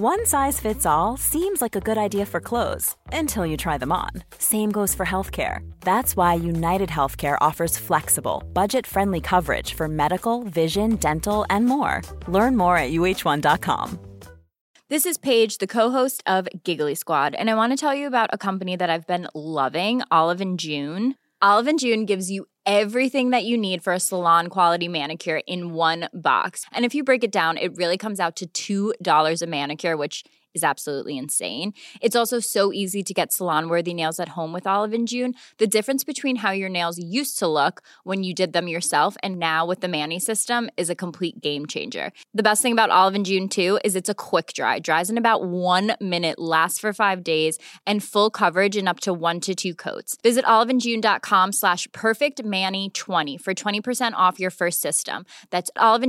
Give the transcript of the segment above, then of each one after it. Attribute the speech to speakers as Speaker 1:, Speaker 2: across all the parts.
Speaker 1: One size fits all seems like a good idea for clothes until you try them on. Same goes for healthcare. That's why United Healthcare offers flexible, budget-friendly coverage for medical, vision, dental, and more. Learn more at uh1.com.
Speaker 2: This is Paige, the co-host of Giggly Squad, and I want to tell you about a company that I've been loving, Olive & June. Olive & June gives you everything that you need for a salon-quality manicure in one box. And if you break it down, it really comes out to $2 a manicure, which is absolutely insane. It's also so easy to get salon-worthy nails at home with Olive & June. The difference between how your nails used to look when you did them yourself and now with the Mani system is a complete game changer. The best thing about Olive & June, too, is it's a quick dry. Dries in about 1 minute, lasts for 5 days, and full coverage in up to 1 to 2 coats. Visit oliveandjune.com/perfectmani20 for 20% off your first system. That's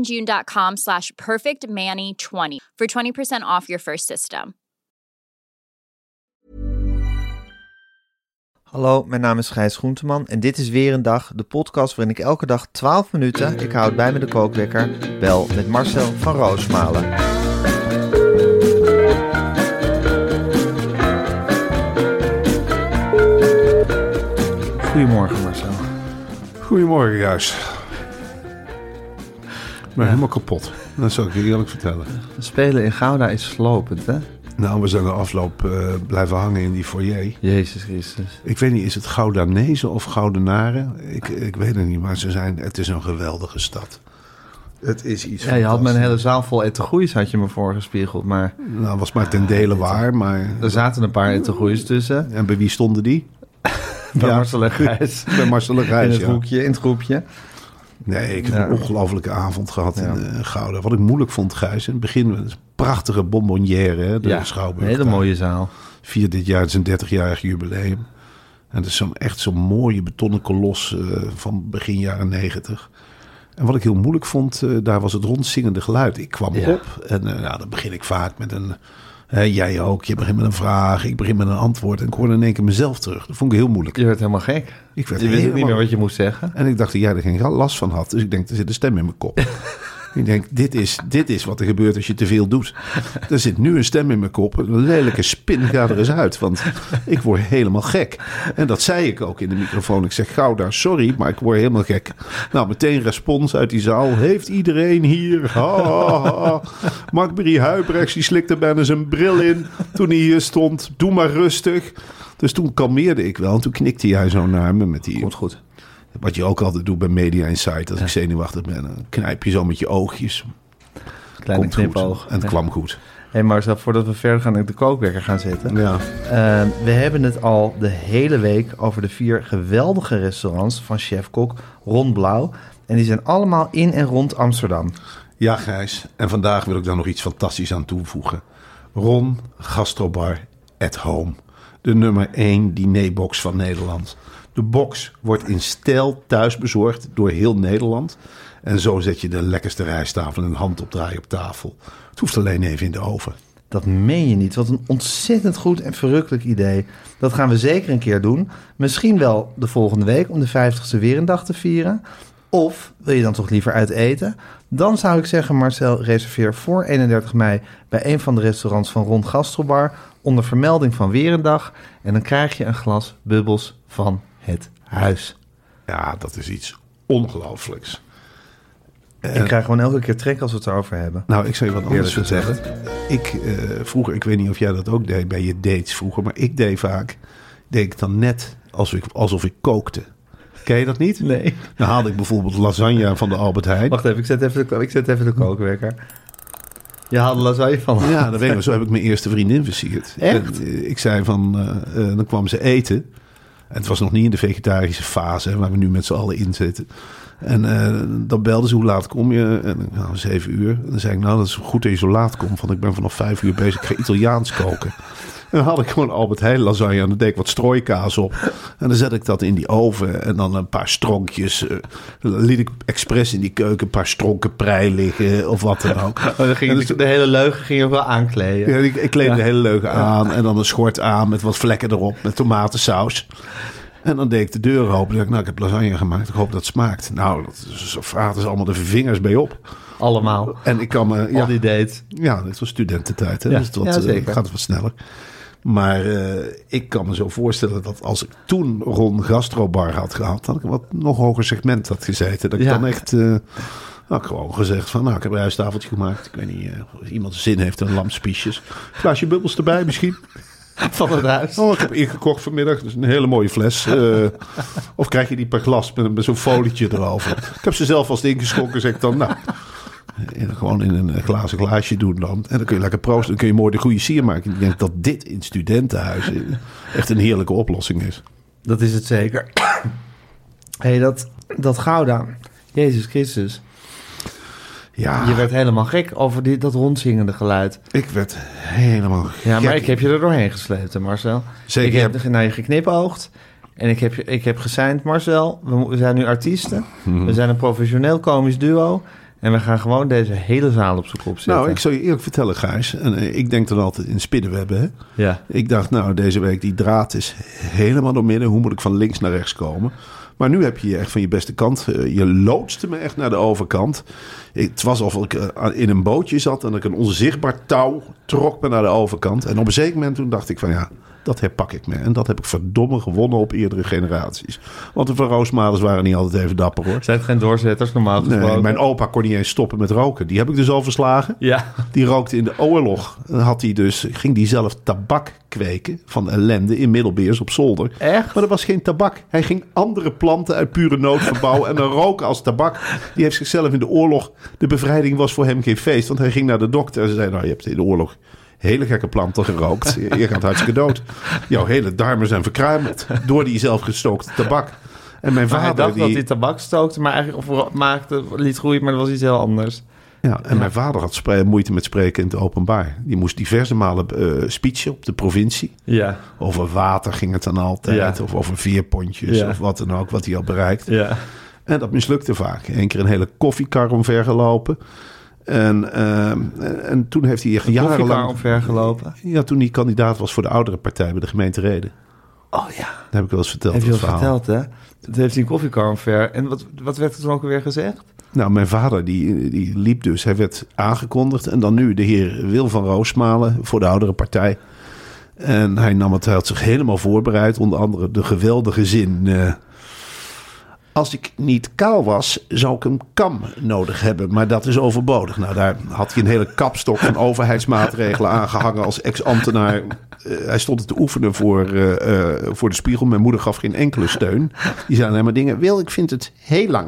Speaker 2: oliveandjune.com/perfectmani20 for 20% off your first system.
Speaker 3: Hallo, mijn naam is Gijs Groenteman en dit is weer een dag, de podcast waarin ik elke dag 12 minuten, ik houd bij me de kookwekker, bel met Marcel van Roosmalen. Goedemorgen Marcel.
Speaker 4: Goedemorgen Gijs. Ik ben helemaal kapot, dat zal ik je eerlijk vertellen.
Speaker 3: Spelen in Gouda is slopend, hè?
Speaker 4: Nou, we zijn de afloop blijven hangen in die foyer.
Speaker 3: Jezus Christus.
Speaker 4: Ik weet niet, is het Goudanezen of Goudenaren? Ik weet het niet, maar het is een geweldige stad. Het is iets
Speaker 3: Ja, je had me een hele zaal vol etegouis, had je me voorgespiegeld, maar...
Speaker 4: Nou, was maar ten dele waar, maar...
Speaker 3: Er zaten een paar etegouis tussen.
Speaker 4: En bij wie stonden die?
Speaker 3: Bij Marcel en Gijs.
Speaker 4: Bij Marcel en Gijs,
Speaker 3: in het groepje.
Speaker 4: Nee, ik heb een ongelofelijke avond gehad in Gouda. Wat ik moeilijk vond, Gijs, in het begin... een prachtige bonbonnière, hè, de Schouwburg.
Speaker 3: Een hele mooie zaal.
Speaker 4: Vier dit jaar, het is een 30-jarig jubileum. En het is echt zo'n mooie betonnen kolos van begin jaren 90. En wat ik heel moeilijk vond, daar was het rondzingende geluid. Ik kwam op en dan begin ik vaak met een... jij ook, je begint met een vraag, ik begin met een antwoord... en ik hoorde in één keer mezelf terug. Dat vond ik heel moeilijk.
Speaker 3: Je werd helemaal gek. Je wist niet meer wat je moest zeggen.
Speaker 4: En ik dacht dat jij er geen last van had. Dus ik denk, er zit een stem in mijn kop. Ik denk, dit is wat er gebeurt als je te veel doet. Er zit nu een stem in mijn kop. Een lelijke spin gaat er eens uit. Want ik word helemaal gek. En dat zei ik ook in de microfoon. Ik zeg, Gouda, sorry, maar ik word helemaal gek. Nou, meteen respons uit die zaal. Heeft iedereen hier? Ha, ha, ha. Mark-Marie Huibrechts, die slikte bijna zijn bril in toen hij hier stond. Doe maar rustig. Dus toen kalmeerde ik wel. En toen knikte jij zo naar me met die...
Speaker 3: Goed.
Speaker 4: Wat je ook altijd doet bij Media Insight. Als ik zenuwachtig ben, dan knijp je zo met je oogjes.
Speaker 3: Kleine knipoog.
Speaker 4: En het kwam goed.
Speaker 3: Hé Marcel, voordat we verder gaan en de kookwekker gaan zitten.
Speaker 4: Ja.
Speaker 3: We hebben het al de hele week over de 4 geweldige restaurants van chef-kok Ron Blauw. En die zijn allemaal in en rond Amsterdam.
Speaker 4: Ja, Gijs. En vandaag wil ik daar nog iets fantastisch aan toevoegen. Ron Gastrobar at Home. De nummer 1 dinerbox van Nederland. De box wordt in stijl thuis bezorgd door heel Nederland. En zo zet je de lekkerste rijsttafel en een handopdraai op tafel. Het hoeft alleen even in de oven.
Speaker 3: Dat meen je niet. Wat een ontzettend goed en verrukkelijk idee. Dat gaan we zeker een keer doen. Misschien wel de volgende week om de 50ste weer een dag te vieren. Of wil je dan toch liever uit eten? Dan zou ik zeggen, Marcel, reserveer voor 31 mei... bij een van de restaurants van Ron Gastrobar... onder vermelding van weer een dag. En dan krijg je een glas bubbels van het huis.
Speaker 4: Ja, dat is iets ongelooflijks.
Speaker 3: Ik krijg gewoon elke keer trek als we het erover hebben.
Speaker 4: Nou, ik zou je wat anders vertellen. Vroeger, ik weet niet of jij dat ook deed bij je dates vroeger... maar ik deed ik dan net alsof ik kookte. Ken je dat niet?
Speaker 3: Nee.
Speaker 4: Dan haalde ik bijvoorbeeld lasagne van de Albert Heijn.
Speaker 3: Wacht even, ik zet even de kookwekker. Je haalde lasagne van...
Speaker 4: Ja, dat weet ik. Zo heb ik mijn eerste vriendin versierd.
Speaker 3: Echt?
Speaker 4: Ik zei van... dan kwam ze eten... En het was nog niet in de vegetarische fase, waar we nu met z'n allen in zitten. En dan belden ze, hoe laat kom je? En 7 uur. En dan zei ik, nou, dat is goed dat je zo laat komt. Want ik ben vanaf 5 uur bezig, ik ga Italiaans koken. En dan had ik gewoon Albert Heijn lasagne en dan deed ik wat strooikaas op. En dan zet ik dat in die oven en dan een paar stronkjes. Liet ik expres in die keuken een paar stronken prei liggen of wat dan ook.
Speaker 3: Dan ging dus, de hele leugen ging je wel aankleden.
Speaker 4: Ja, ik kleedde de hele leugen aan en dan een schort aan met wat vlekken erop met tomatensaus. En dan deed ik de deur open. En dacht ik heb lasagne gemaakt. Ik hoop dat het smaakt. Nou, zo vraten ze allemaal de vingers bij op.
Speaker 3: Allemaal.
Speaker 4: En ik kan me...
Speaker 3: Al die date.
Speaker 4: Ja, dit was studententijd. Hè?
Speaker 3: Ja,
Speaker 4: Dus het
Speaker 3: zeker.
Speaker 4: gaat het wat sneller. Maar ik kan me zo voorstellen dat als ik toen Ron Gastrobar had gehad... had ik een wat nog hoger segment had gezeten. Dat ik dan echt... had ik gewoon gezegd van, ik heb een rijsttafeltje gemaakt. Ik weet niet of iemand zin heeft in lampspiesjes. Glaasje bubbels erbij misschien.
Speaker 3: Van het huis.
Speaker 4: Ik heb ingekocht vanmiddag. Dus een hele mooie fles. Of krijg je die per glas met zo'n folietje erover. Ik heb ze zelf vast ingeschonken. Zeg ik dan, gewoon in een glazen glaasje doen dan. En dan kun je lekker proosten. Dan kun je mooi de goede sier maken. Ik denk dat dit in studentenhuizen echt een heerlijke oplossing is.
Speaker 3: Dat is het zeker. Dat Gouda. Jezus Christus.
Speaker 4: Ja.
Speaker 3: Je werd helemaal gek over dat rondzingende geluid.
Speaker 4: Ik werd helemaal gek.
Speaker 3: Ja, maar ik heb je er doorheen gesleept, hè, Marcel.
Speaker 4: Zeker.
Speaker 3: Ik heb naar je geknipoogd. En ik heb geseind, Marcel. We zijn nu artiesten. We zijn een professioneel komisch duo. En we gaan gewoon deze hele zaal op zijn kop zetten.
Speaker 4: Nou, ik zal je eerlijk vertellen, Gijs. En ik denk dan altijd in spinnenwebben, hè?
Speaker 3: Ja.
Speaker 4: Ik dacht, deze week die draad is helemaal door midden. Hoe moet ik van links naar rechts komen? Maar nu heb je je echt van je beste kant. Je loodste me echt naar de overkant. Het was alsof ik in een bootje zat... en dat ik een onzichtbaar touw trok me naar de overkant. En op een zeker moment toen dacht ik van dat herpak ik me. En dat heb ik verdomme gewonnen op eerdere generaties. Want de Van Roosmalens waren niet altijd even dapper, hoor.
Speaker 3: Zijn het geen doorzetters normaal gesproken?
Speaker 4: Nee, mijn opa kon niet eens stoppen met roken. Die heb ik dus al verslagen.
Speaker 3: Ja.
Speaker 4: Die rookte in de oorlog. Dan ging die zelf tabak kweken van ellende in Middelbeers op zolder.
Speaker 3: Echt?
Speaker 4: Maar dat was geen tabak. Hij ging andere planten uit pure nood verbouwen en dan roken als tabak. Die heeft zichzelf in de oorlog... De bevrijding was voor hem geen feest. Want hij ging naar de dokter en ze zei... je hebt in de oorlog hele gekke planten gerookt. Je gaat hartstikke dood. Jouw hele darmen zijn verkruimeld door die zelfgestookte tabak. En mijn vader...
Speaker 3: Hij dacht dat hij tabak stookte, maar eigenlijk liet groeien, maar dat was iets heel anders.
Speaker 4: Ja, en mijn vader had moeite met spreken in het openbaar. Die moest diverse malen speechen op de provincie.
Speaker 3: Ja.
Speaker 4: Over water ging het dan altijd. Ja. Of over veerpontjes of wat dan ook, wat hij had bereikt.
Speaker 3: Ja.
Speaker 4: En dat mislukte vaak. Eén keer een hele koffiekar omvergelopen. En toen heeft hij echt jarenlang...
Speaker 3: Koffiekar omvergelopen?
Speaker 4: Ja, toen hij kandidaat was voor de oudere partij bij de gemeente Rheden.
Speaker 3: Oh ja.
Speaker 4: Dat heb ik wel eens verteld.
Speaker 3: Heb je wel verteld, hè? Dat heeft hij een koffiekar omver. En wat werd er toen ook alweer gezegd?
Speaker 4: Nou, mijn vader die liep dus. Hij werd aangekondigd. En dan nu de heer Wil van Roosmalen voor de oudere partij. En hij had zich helemaal voorbereid. Onder andere de geweldige zin... Als ik niet kaal was, zou ik een kam nodig hebben. Maar dat is overbodig. Nou, daar had hij een hele kapstok van overheidsmaatregelen aangehangen als ex-ambtenaar. Hij stond het te oefenen voor de spiegel. Mijn moeder gaf geen enkele steun. Die zei alleen maar dingen. Wil, ik vind het heel lang.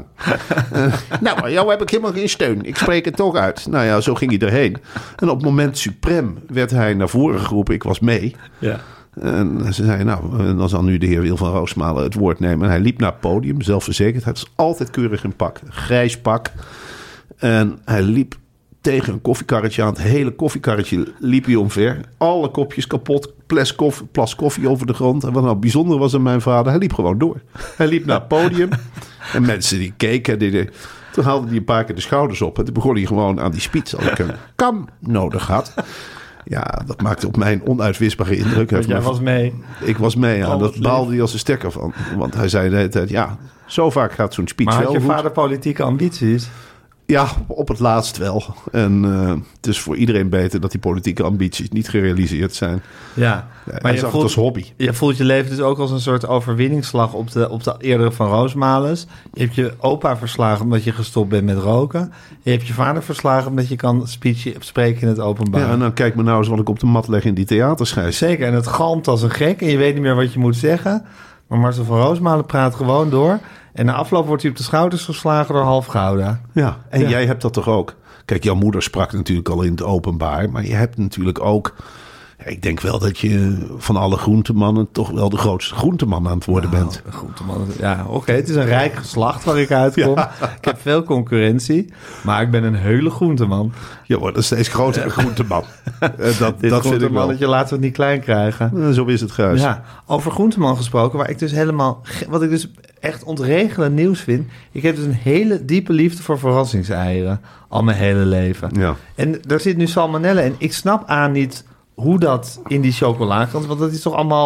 Speaker 4: Nou, jou heb ik helemaal geen steun. Ik spreek het toch uit. Nou ja, zo ging hij erheen. En op het moment suprem werd hij naar voren geroepen. Ik was mee.
Speaker 3: Ja.
Speaker 4: En ze zei, dan zal nu de heer Wil van Roosmalen het woord nemen. En hij liep naar het podium, zelfverzekerd. Hij was altijd keurig in pak, een grijs pak. En hij liep tegen een koffiekarretje aan. Het hele koffiekarretje liep hij omver. Alle kopjes kapot, plas koffie over de grond. En wat nou bijzonder was aan mijn vader, hij liep gewoon door. Hij liep naar het podium. En mensen die keken, toen haalde hij een paar keer de schouders op. En toen begon hij gewoon aan die speech als ik een kam nodig had. Ja, dat maakte op mij een onuitwisbare indruk.
Speaker 3: Want jij was mee.
Speaker 4: Ik was mee, ja. Dat baalde hij als een stekker van. Want hij zei de hele tijd, zo vaak gaat zo'n speech wel goed.
Speaker 3: Maar had je vader politieke ambities?
Speaker 4: Ja, op het laatst wel. En het is voor iedereen beter dat die politieke ambities niet gerealiseerd zijn.
Speaker 3: Ja,
Speaker 4: maar je zag het als hobby.
Speaker 3: Je voelt je leven dus ook als een soort overwinningsslag op de eerdere Van Roosmalens. Je hebt je opa verslagen omdat je gestopt bent met roken. Je hebt je vader verslagen omdat je kan spreken in het openbaar.
Speaker 4: Ja, en dan kijk me nou eens wat ik op de mat leg in die theaterschijf.
Speaker 3: Zeker, en het galmt als een gek en je weet niet meer wat je moet zeggen. Maar Marcel van Roosmalen praat gewoon door. En na afloop wordt hij op de schouders geslagen door half Gouda.
Speaker 4: Ja, en jij hebt dat toch ook? Kijk, jouw moeder sprak natuurlijk al in het openbaar. Maar je hebt natuurlijk ook... Ik denk wel dat je van alle groentemannen toch wel de grootste groenteman aan het worden bent.
Speaker 3: Groenteman, ja, oké. Het is een rijk geslacht waar ik uitkom. Ja. Ik heb veel concurrentie, maar ik ben een hele groenteman.
Speaker 4: Je wordt een steeds grotere groenteman.
Speaker 3: dat vind ik wel. Laten we het niet klein krijgen.
Speaker 4: Zo is het juist.
Speaker 3: Ja, over groenteman gesproken, waar ik dus wat ik dus echt ontregelend nieuws vind. Ik heb dus een hele diepe liefde voor verrassingseieren. Al mijn hele leven.
Speaker 4: Ja.
Speaker 3: En daar zit nu salmonella in. Ik snap niet hoe dat in die chocola kan. Want dat is toch allemaal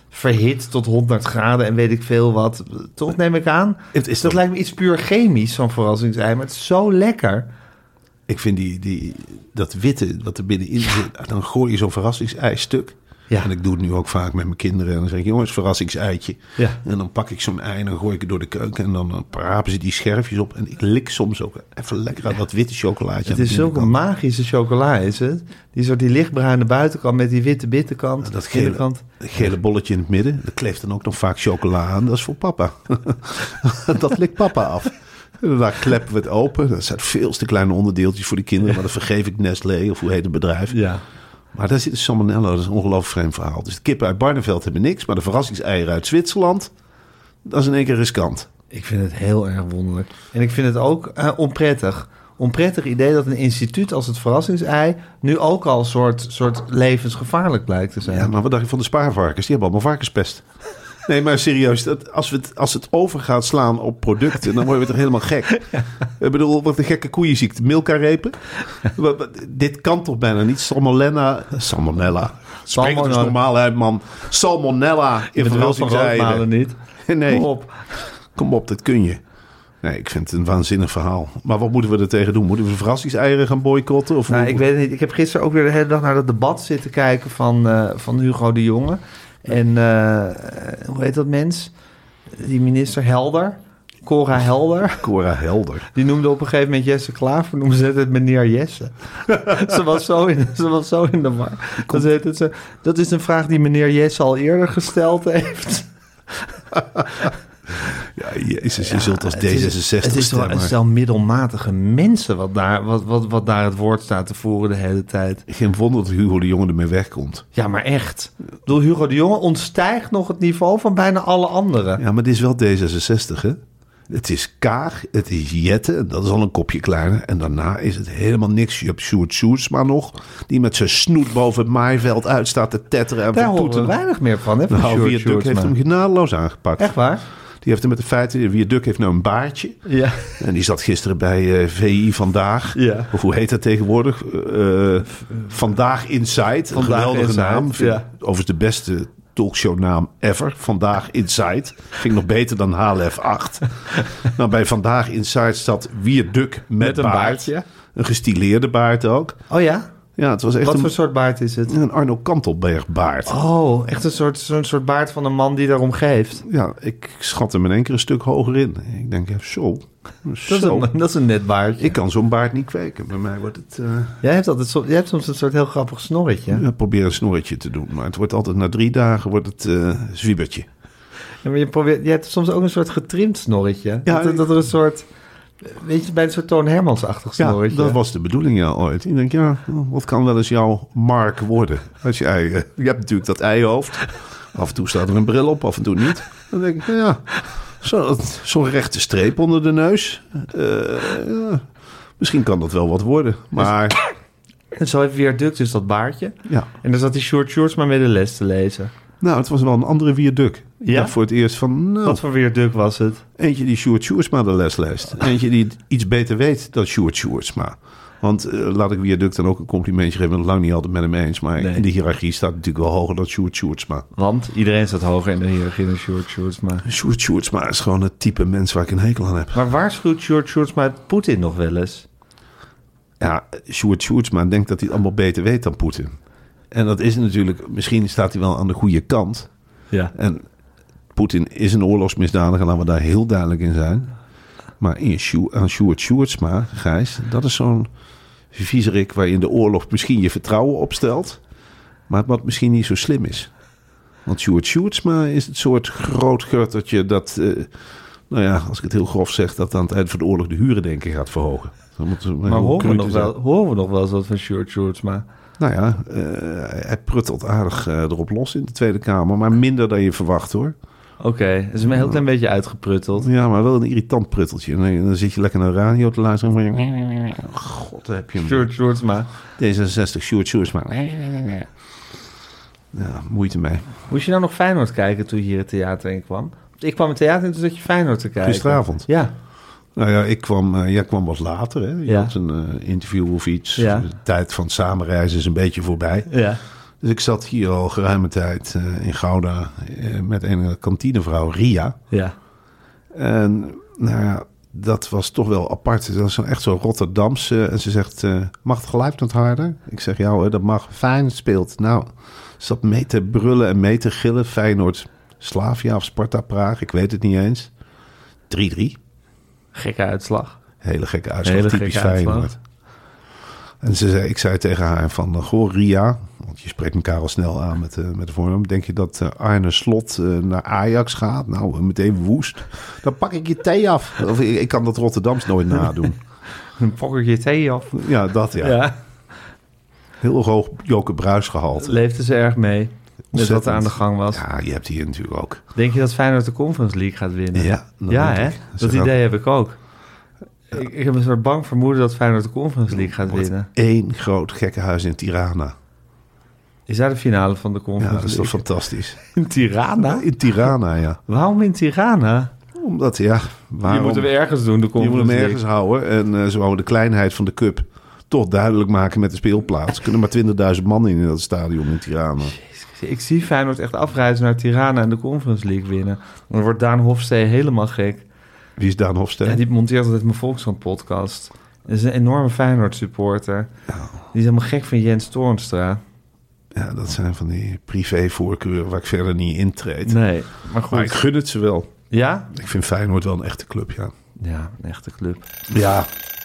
Speaker 3: verhit tot 100 graden en weet ik veel wat. Toch neem ik aan. Dat lijkt me iets puur chemisch, zo'n verrassingsei. Maar het is zo lekker.
Speaker 4: Ik vind dat witte wat er binnenin zit, dan gooi je zo'n verrassingsei stuk. Ja. En ik doe het nu ook vaak met mijn kinderen. En dan zeg ik, jongens, verrassingseitje. Ja. En dan pak ik zo'n ei en dan gooi ik het door de keuken. En dan rapen ze die scherfjes op. En ik lik soms ook even lekker uit dat witte chocolaatje.
Speaker 3: Het is zulke magische chocola, is het? Die lichtbruine buitenkant met die witte bitterkant.
Speaker 4: Dat gele bolletje in het midden. Dat kleeft dan ook nog vaak chocola aan. Dat is voor papa. Dat likt papa af. En daar kleppen we het open. Dat zijn veel te kleine onderdeeltjes voor die kinderen. Maar dat vergeef ik Nestlé, of hoe heet het bedrijf. Ja. Maar daar zit de salmonella, dat is een ongelooflijk vreemd verhaal. Dus de kippen uit Barneveld hebben niks, maar de verrassingseieren uit Zwitserland, dat is in één keer riskant.
Speaker 3: Ik vind het heel erg wonderlijk. En ik vind het ook onprettig. Onprettig idee dat een instituut als het verrassingsei nu ook al soort levensgevaarlijk blijkt te zijn.
Speaker 4: Ja, maar wat dacht je van de spaarvarkens? Die hebben allemaal varkenspest. Nee, maar serieus, als het over gaat slaan op producten, dan worden we toch helemaal gek. Ja. Ik bedoel, wat een gekke koeienziekte. Milka-repen? Dit kan toch bijna niet? Salmonella. Spreek het dus normaal uit, man. Salmonella in verrassingseieren.
Speaker 3: Niet.
Speaker 4: Nee, kom op, dat kun je. Nee, ik vind het een waanzinnig verhaal. Maar wat moeten we er tegen doen? Moeten we verrassingseieren gaan boycotten? Of
Speaker 3: ik weet het niet. Ik heb gisteren ook weer de hele dag naar dat debat zitten kijken van Hugo de Jonge. En hoe heet dat mens? Die minister Helder. Cora Helder. Die noemde op een gegeven moment Jesse Klaver. Noemde ze het meneer Jesse. Ze was zo in de war. Dat is een vraag die meneer Jesse al eerder gesteld heeft.
Speaker 4: Ja, jezus, je zult als D66
Speaker 3: het is
Speaker 4: stemmen.
Speaker 3: Het zijn middelmatige mensen wat daar het woord staat te voeren de hele tijd.
Speaker 4: Geen wonder dat Hugo de Jonge ermee wegkomt.
Speaker 3: Ja, maar echt. Ik bedoel, Hugo de Jonge ontstijgt nog het niveau van bijna alle anderen.
Speaker 4: Ja, maar dit is wel D66, hè? Het is Kaag, het is Jette, dat is al een kopje kleiner. En daarna is het helemaal niks. Je hebt Sjoerd Sjoerdsma nog, die met zijn snoet boven het maaiveld uitstaat te tetteren. En
Speaker 3: daar horen we weinig meer van, hè?
Speaker 4: Viaduct heeft hem genadeloos aangepakt.
Speaker 3: Echt waar?
Speaker 4: Die heeft hem met de feiten... Viaduct heeft nou een baardje. Ja. En die zat gisteren bij VI Vandaag. Ja. Of hoe heet dat tegenwoordig? Vandaag Inside. Een geweldige naam. Ja. Overigens de beste talkshownaam ever. Vandaag Inside. Vind ik nog beter dan HLF 8. Nou, bij Vandaag Inside zat Viaduct met een baard. Ja. Een gestileerde baard ook.
Speaker 3: Oh ja?
Speaker 4: Ja, het was echt
Speaker 3: Wat voor soort baard is het?
Speaker 4: Een Arno Kantelberg baard.
Speaker 3: Oh, echt zo'n soort baard van een man die daarom geeft.
Speaker 4: Ja, ik schat hem in één keer een stuk hoger in. Ik denk, zo.
Speaker 3: Dat is een net baardje.
Speaker 4: Ik kan zo'n baard niet kweken. Bij mij wordt het...
Speaker 3: Jij hebt soms een soort heel grappig snorretje.
Speaker 4: Ja, probeer een snorretje te doen. Maar het wordt altijd na 3 dagen wordt het zwiebertje.
Speaker 3: Ja, maar je hebt soms ook een soort getrimd snorretje. Ja, dat er een soort... Weet je, bij een soort Toon Hermans-achtig snorretje.
Speaker 4: Ja, dat was de bedoeling ooit. Ik denk, wat kan wel eens jouw mark worden? Als je hebt natuurlijk dat eihoofd. Af en toe staat er een bril op, af en toe niet. Dan denk ik, zo'n rechte streep onder de neus. Misschien kan dat wel wat worden. Maar...
Speaker 3: En zo heeft Viaduct dus dat baardje. Ja. En dan zat die Sjoerd Sjoerdsma met de les te lezen.
Speaker 4: Nou, het was wel een andere Viaduct. Ik dacht voor het eerst van...
Speaker 3: Wat voor Viaduct was het?
Speaker 4: Eentje die Sjoerd Sjoerdsma de les leest. Eentje die iets beter weet dan Sjoerd Sjoerdsma. Want laat ik Viaduct dan ook een complimentje geven. Ik ben het lang niet altijd met hem eens. Maar in de hiërarchie staat natuurlijk wel hoger dan Sjoerd Sjoerdsma.
Speaker 3: Want iedereen staat hoger in de hiërarchie dan Sjoerd Sjoerdsma.
Speaker 4: Sjoerd Sjoerdsma is gewoon het type mens waar ik een hekel aan heb.
Speaker 3: Maar waarschuwt Sjoerd Sjoerdsma Poetin nog wel eens?
Speaker 4: Ja, Sjoerd Sjoerdsma denkt dat hij het allemaal beter weet dan Poetin. En dat is natuurlijk... Misschien staat hij wel aan de goede kant. Ja. En Poetin is een oorlogsmisdadiger. Laten we daar heel duidelijk in zijn. Maar aan Sjoerd Sjoerdsma, Gijs... Dat is zo'n viezerik waar je in de oorlog misschien je vertrouwen opstelt. Maar wat misschien niet zo slim is. Want Sjoerd Sjoerdsma is het soort grootguttertje dat... als ik het heel grof zeg... dat aan het eind van de oorlog de huren denken gaat verhogen.
Speaker 3: Maar horen we nog wel eens wat van Sjoerd Sjoerdsma?
Speaker 4: Nou ja, hij pruttelt aardig erop los in de Tweede Kamer. Maar minder dan je verwacht, hoor.
Speaker 3: Oké, het is een heel klein beetje uitgeprutteld.
Speaker 4: Ja, maar wel een irritant prutteltje. En dan zit je lekker naar de radio te luisteren. God, daar heb je hem.
Speaker 3: Sjoerd Sjoerdsma.
Speaker 4: D66, Sjoerd Sjoerdsma. Ja, moeite mee.
Speaker 3: Moest je nou nog Feyenoord kijken toen je hier het theater in kwam? Ik kwam het theater in toen zat je Feyenoord te kijken.
Speaker 4: Gisteravond?
Speaker 3: Ja.
Speaker 4: Nou ja, jij kwam wat later. Hè? Je had een interview of iets. Ja. De tijd van samenreizen is een beetje voorbij. Ja. Dus ik zat hier al geruime tijd in Gouda met een kantinevrouw, Ria.
Speaker 3: Ja.
Speaker 4: En nou ja, dat was toch wel apart. Dat was echt zo Rotterdamse. En ze zegt, mag het geluid wat harder? Ik zeg, ja hoor, dat mag. Fijn, het speelt. Nou, zat mee te brullen en mee te gillen. Feyenoord, Slavia of Sparta Praag, ik weet het niet eens. 3-3.
Speaker 3: Gekke uitslag.
Speaker 4: Hele gekke uitslag, typisch Feyenoord. En ik zei tegen haar van, goh Ria, want je spreekt elkaar al snel aan met de voornaam. Denk je dat Arne Slot naar Ajax gaat? Nou, meteen woest. Dan pak ik je thee af. Of, ik kan dat Rotterdams nooit nadoen.
Speaker 3: Dan pak ik je thee af.
Speaker 4: Ja, dat ja. Heel hoog Joke Bruis gehaald.
Speaker 3: Leefde ze erg mee met wat er aan de gang was.
Speaker 4: Ja, je hebt hier natuurlijk ook.
Speaker 3: Denk je dat Feyenoord de Conference League gaat winnen?
Speaker 4: Ja,
Speaker 3: hè? Dat idee heb ik ook. Ja. Ik heb een soort bang vermoeden dat Feyenoord de Conference League gaat winnen.
Speaker 4: 1 groot gekkenhuis in Tirana.
Speaker 3: Is daar de finale van de Conference League?
Speaker 4: Ja, dat is toch fantastisch.
Speaker 3: In Tirana?
Speaker 4: In Tirana, ja.
Speaker 3: Waarom in Tirana?
Speaker 4: Omdat, ja...
Speaker 3: Die moeten we ergens doen, de Conference League.
Speaker 4: Die moeten we ergens houden. En ze wouden de kleinheid van de cup toch duidelijk maken met de speelplaats. Er kunnen maar 20.000 man in dat stadion in Tirana.
Speaker 3: Jezus, ik zie Feyenoord echt afreizen naar Tirana en de Conference League winnen. Dan wordt Daan Hofstee helemaal gek.
Speaker 4: Wie is Daan Hofstee?
Speaker 3: Ja, die monteert altijd mijn Volkskrant podcast. Dat is een enorme Feyenoord supporter. Oh. Die is helemaal gek van Jens Toornstra.
Speaker 4: Ja, dat zijn van die privé-voorkeuren waar ik verder niet intreed.
Speaker 3: Nee, maar goed.
Speaker 4: Maar ik gun het ze wel.
Speaker 3: Ja?
Speaker 4: Ik vind Feyenoord wel een echte club, ja.
Speaker 3: Ja, een echte club.
Speaker 4: Ja.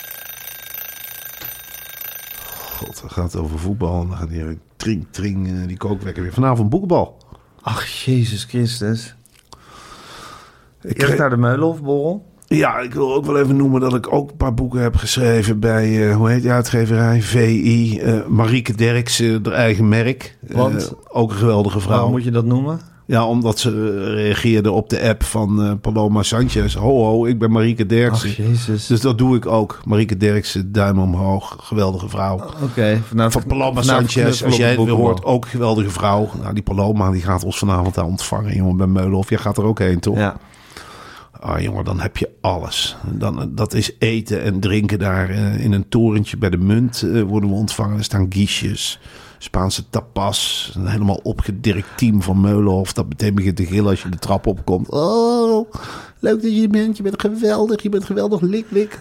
Speaker 4: God, dan gaat het over voetbal. En dan gaat die tring, die kookwekker weer. Vanavond boekenbal.
Speaker 3: Ach, Jezus Christus. Eerst naar de Meulenhofborrel.
Speaker 4: Ja, ik wil ook wel even noemen dat ik ook een paar boeken heb geschreven bij, hoe heet die uitgeverij? VI. Marieke Derksen, haar eigen merk.
Speaker 3: Want?
Speaker 4: Ook een geweldige vrouw.
Speaker 3: Waarom moet je dat noemen?
Speaker 4: Ja, omdat ze reageerde op de app van Paloma Sanchez. Ho, ik ben Marieke Derksen.
Speaker 3: Ach, Jezus.
Speaker 4: Dus dat doe ik ook. Marieke Derksen, duim omhoog. Geweldige vrouw.
Speaker 3: Oké.
Speaker 4: Van Paloma Sanchez, als jij het weer hoort, ook geweldige vrouw. Nou, die Paloma die gaat ons vanavond daar ontvangen, jongen, bij Meulenhof. Jij gaat er ook heen, toch?
Speaker 3: Ja.
Speaker 4: Ah, jongen, dan heb je alles. Dat is eten en drinken daar in een torentje bij de Munt worden we ontvangen. Er staan guiches, Spaanse tapas, een helemaal opgedirkt team van Meulenhof. Dat meteen begint te gillen als je de trap opkomt. Oh, leuk dat je er bent. Je bent geweldig, lik.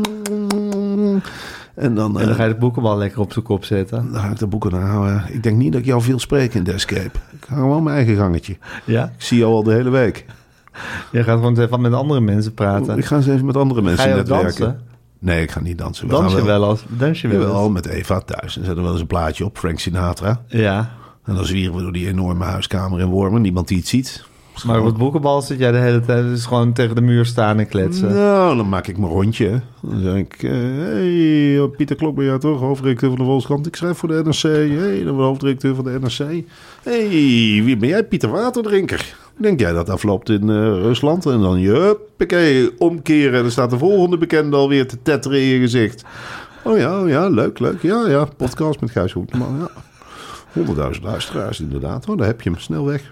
Speaker 4: En dan
Speaker 3: ga je de boekenbal lekker op zijn kop zetten.
Speaker 4: Dan ga ik de boeken houden. Ik denk niet dat ik jou veel spreek in de Escape. Ik ga gewoon mijn eigen gangetje.
Speaker 3: Ja?
Speaker 4: Ik zie jou al de hele week.
Speaker 3: Je gaat gewoon even met andere mensen praten.
Speaker 4: Ik ga eens even met andere mensen netwerken.
Speaker 3: Dansen?
Speaker 4: Nee, ik ga niet dansen.
Speaker 3: Dans je wel
Speaker 4: wel met Eva thuis. En zetten we wel eens een plaatje op, Frank Sinatra.
Speaker 3: Ja.
Speaker 4: En dan zwieren we door die enorme huiskamer in Wormen. Niemand die het ziet.
Speaker 3: Maar op het boekenbal zit jij de hele tijd dus gewoon tegen de muur staan en kletsen.
Speaker 4: Nou, dan maak ik mijn rondje. Hè. Dan zeg ik, hey, Pieter Klok ben jij toch? Hoofdredacteur van de Volkskrant. Ik schrijf voor de NRC. Hey, dan ben ik hoofdredacteur van de NRC. Hey, wie ben jij? Pieter Waterdrinker. Denk jij dat dat afloopt in Rusland? En dan huppakee, omkeren. En dan staat de volgende bekende alweer te tetteren in je gezicht. Oh ja, leuk. Ja, podcast met Gijs Hoekman. Ja. 100.000 luisteraars inderdaad. Oh, daar heb je hem. Snel weg.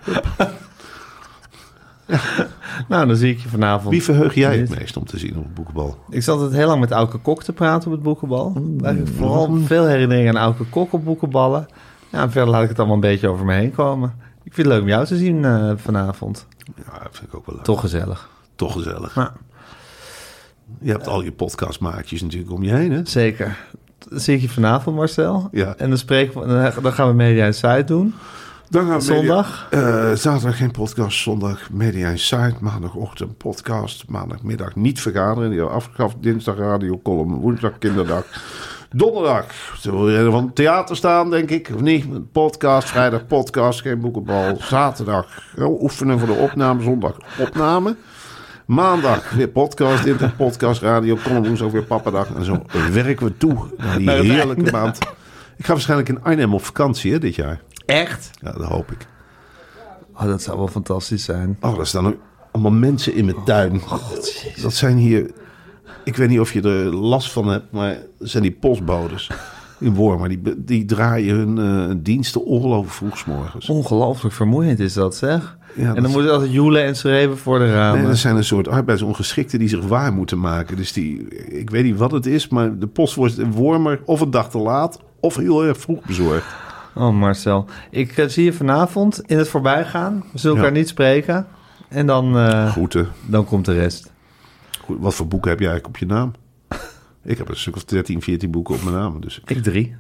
Speaker 3: Ja. Nou, dan zie ik je vanavond.
Speaker 4: Wie verheug jij het meest om te zien op het boekenbal?
Speaker 3: Ik zat het heel lang met Auke Kok te praten op het boekenbal. Vooral veel herinneringen aan Auke Kok op boekenballen. Ja, en verder laat ik het allemaal een beetje over me heen komen. Ik vind het leuk om jou te zien vanavond.
Speaker 4: Ja, dat vind ik ook wel leuk.
Speaker 3: Toch gezellig.
Speaker 4: Ja. Je hebt al je podcastmaatjes natuurlijk om je heen, hè?
Speaker 3: Zeker. Dan zie ik je vanavond, Marcel.
Speaker 4: Ja.
Speaker 3: En dan gaan we Media Insight doen.
Speaker 4: Dan gaan we
Speaker 3: zondag?
Speaker 4: Zaterdag geen podcast, zondag Media Insight, maandagochtend podcast, maandagmiddag niet vergaderen, die afgeschaft, dinsdag radiocolumn, woensdag kinderdag, donderdag zullen we weer van het theater staan, denk ik, of niet? Podcast, vrijdag podcast, geen boekenbal, zaterdag oefenen voor de opname, zondag opname, maandag weer podcast, dinsdag podcast, radiocolumn, woensdag weer pappadag en zo werken we toe naar die heerlijke maand. Ik ga waarschijnlijk in Arnhem op vakantie, hè, dit jaar.
Speaker 3: Echt?
Speaker 4: Ja, dat hoop ik.
Speaker 3: Oh, dat zou wel fantastisch zijn.
Speaker 4: Oh, daar staan ook allemaal mensen in mijn tuin.
Speaker 3: God,
Speaker 4: dat zijn hier... Ik weet niet of je er last van hebt, maar dat zijn die postbodes in Wormen. Die draaien hun diensten ongelooflijk vroeg 's morgens.
Speaker 3: Ongelooflijk vermoeiend is dat, zeg.
Speaker 4: Ja,
Speaker 3: en dan moeten ze altijd joelen en schreeuwen voor de ramen.
Speaker 4: Nee, dat zijn een soort arbeidsongeschikten die zich waar moeten maken. Dus ik weet niet wat het is, maar de post wordt in Wormer of een dag te laat of heel erg vroeg bezorgd.
Speaker 3: Oh Marcel, ik zie je vanavond in het voorbijgaan. We zullen elkaar niet spreken. En dan,
Speaker 4: Groeten.
Speaker 3: Dan komt de rest.
Speaker 4: Goed, wat voor boeken heb jij eigenlijk op je naam? Ik heb een stuk of 13, 14 boeken op mijn naam. Dus
Speaker 3: Ik 3.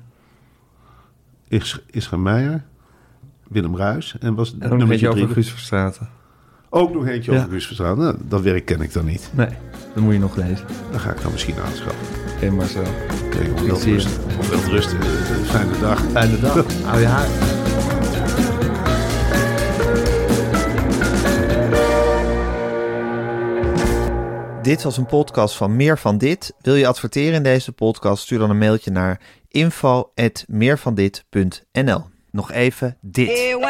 Speaker 4: Isra Meijer, Willem Ruijs en was
Speaker 3: En ook nog eentje over Guus Verstraeten.
Speaker 4: Ook nog eentje over Guus Verstraeten. Nou, dat werk ken ik dan niet.
Speaker 3: Nee, dat moet je nog lezen.
Speaker 4: Dan ga ik dan misschien aanschaffen.
Speaker 3: Oké, Marcel.
Speaker 4: Oké, wel rust. Fijne dag.
Speaker 3: Fijne dag. Hou je haar. Dit was een podcast van Meer van Dit. Wil je adverteren in deze podcast? Stuur dan een mailtje naar info@meervandit.nl. Nog even dit.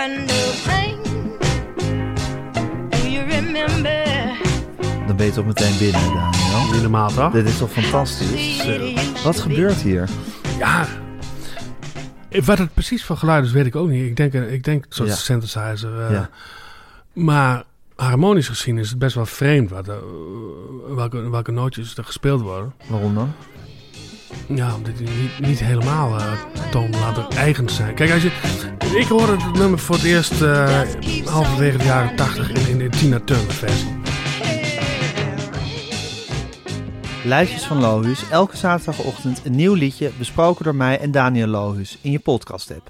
Speaker 3: Dan ben je toch meteen binnen, Daniel?
Speaker 5: Helemaal toch?
Speaker 3: Dit is toch fantastisch? Wat gebeurt hier?
Speaker 5: Ja, wat het precies voor geluid is, weet ik ook niet. Ik denk een soort synthesizer. Maar harmonisch gezien is het best wel vreemd welke nootjes er gespeeld worden.
Speaker 3: Waarom dan?
Speaker 5: Ja, omdat die niet helemaal toonladder eigen zijn. Kijk, ik hoorde het nummer voor het eerst halverwege de jaren 80 in de Tina Turner versie.
Speaker 3: Lijstjes van Lohuus, elke zaterdagochtend een nieuw liedje besproken door mij en Daniel Lohuus in je podcast-app.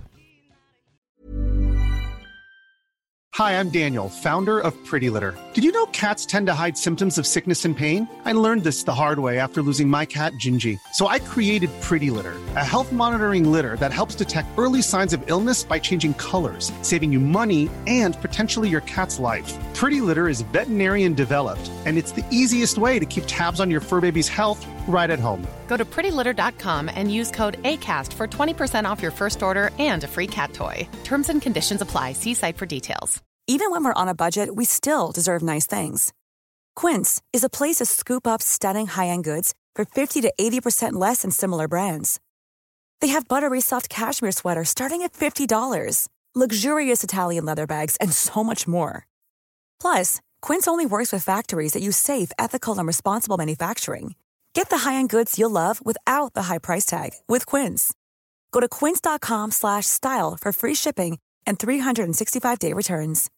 Speaker 6: Hi, I'm Daniel, founder of Pretty Litter. Did you know cats tend to hide symptoms of sickness and pain? I learned this the hard way after losing my cat, Gingy. So I created Pretty Litter, a health monitoring litter that helps detect early signs of illness by changing colors, saving you money and potentially your cat's life. Pretty Litter is veterinarian developed, and it's the easiest way to keep tabs on your fur baby's health right at home.
Speaker 7: Go to prettylitter.com and use code ACAST for 20% off your first order and a free cat toy. Terms and conditions apply. See site for details.
Speaker 8: Even when we're on a budget, we still deserve nice things. Quince is a place to scoop up stunning high-end goods for 50 to 80% less than similar brands. They have buttery soft cashmere sweaters starting at $50, luxurious Italian leather bags, and so much more. Plus, Quince only works with factories that use safe, ethical, and responsible manufacturing. Get the high-end goods you'll love without the high price tag with Quince. Go to quince.com/style for free shipping and 365-day returns.